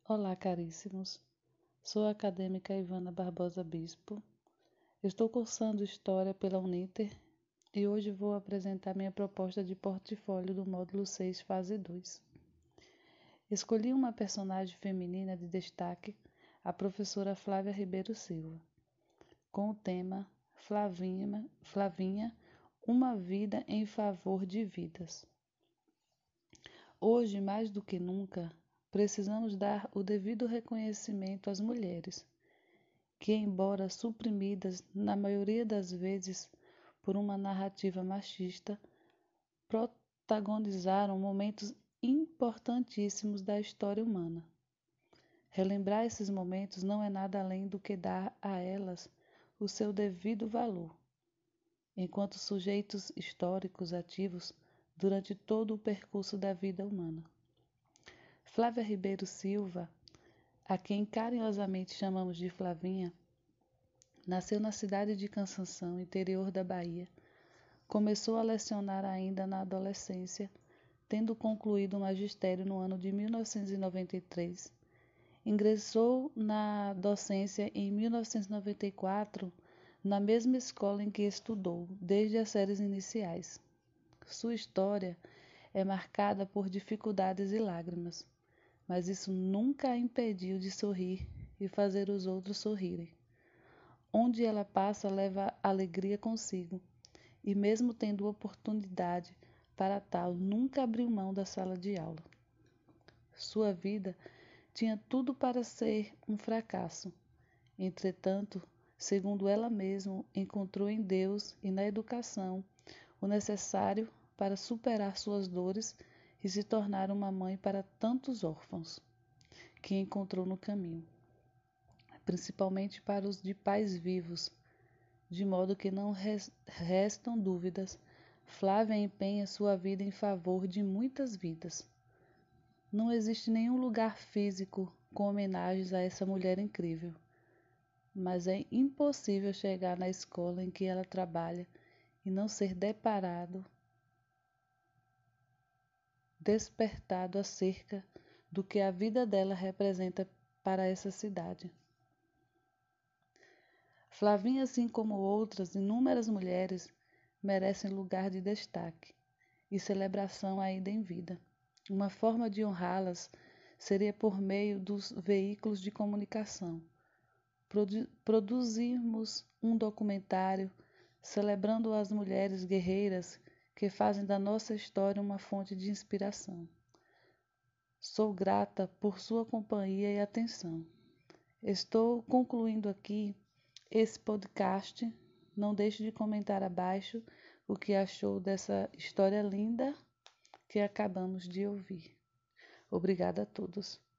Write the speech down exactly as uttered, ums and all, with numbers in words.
Olá, caríssimos. Sou a acadêmica Ivana Barbosa Bispo. Estou cursando História pela Uninter e hoje vou apresentar minha proposta de portfólio do módulo seis, fase dois. Escolhi uma personagem feminina de destaque, a professora Flávia Ribeiro Silva, com o tema Flavinha, Flavinha, uma vida em favor de vidas. Hoje, mais do que nunca, precisamos dar o devido reconhecimento às mulheres, que, embora suprimidas na maioria das vezes por uma narrativa machista, protagonizaram momentos importantíssimos da história humana. Relembrar esses momentos não é nada além do que dar a elas o seu devido valor, enquanto sujeitos históricos ativos durante todo o percurso da vida humana. Flávia Ribeiro Silva, a quem carinhosamente chamamos de Flavinha, nasceu na cidade de Cansanção, interior da Bahia. Começou a lecionar ainda na adolescência, tendo concluído o magistério no ano de mil novecentos e noventa e três. Ingressou na docência em mil novecentos e noventa e quatro, na mesma escola em que estudou, desde as séries iniciais. Sua história é marcada por dificuldades e lágrimas, mas isso nunca a impediu de sorrir e fazer os outros sorrirem. Onde ela passa, leva alegria consigo, e mesmo tendo oportunidade para tal, nunca abriu mão da sala de aula. Sua vida tinha tudo para ser um fracasso. Entretanto, segundo ela mesma, encontrou em Deus e na educação o necessário para superar suas dores e se tornar uma mãe para tantos órfãos que encontrou no caminho, principalmente para os de pais vivos, de modo que não restam dúvidas. Flávia empenha sua vida em favor de muitas vidas. Não existe nenhum lugar físico com homenagens a essa mulher incrível, mas é impossível chegar na escola em que ela trabalha e não ser deparado, despertado acerca do que a vida dela representa para essa cidade. Flavinha, assim como outras inúmeras mulheres, merecem lugar de destaque e celebração ainda em vida. Uma forma de honrá-las seria por meio dos veículos de comunicação. Produ- produzirmos um documentário celebrando as mulheres guerreiras que fazem da nossa história uma fonte de inspiração. Sou grata por sua companhia e atenção. Estou concluindo aqui esse podcast. Não deixe de comentar abaixo o que achou dessa história linda que acabamos de ouvir. Obrigada a todos.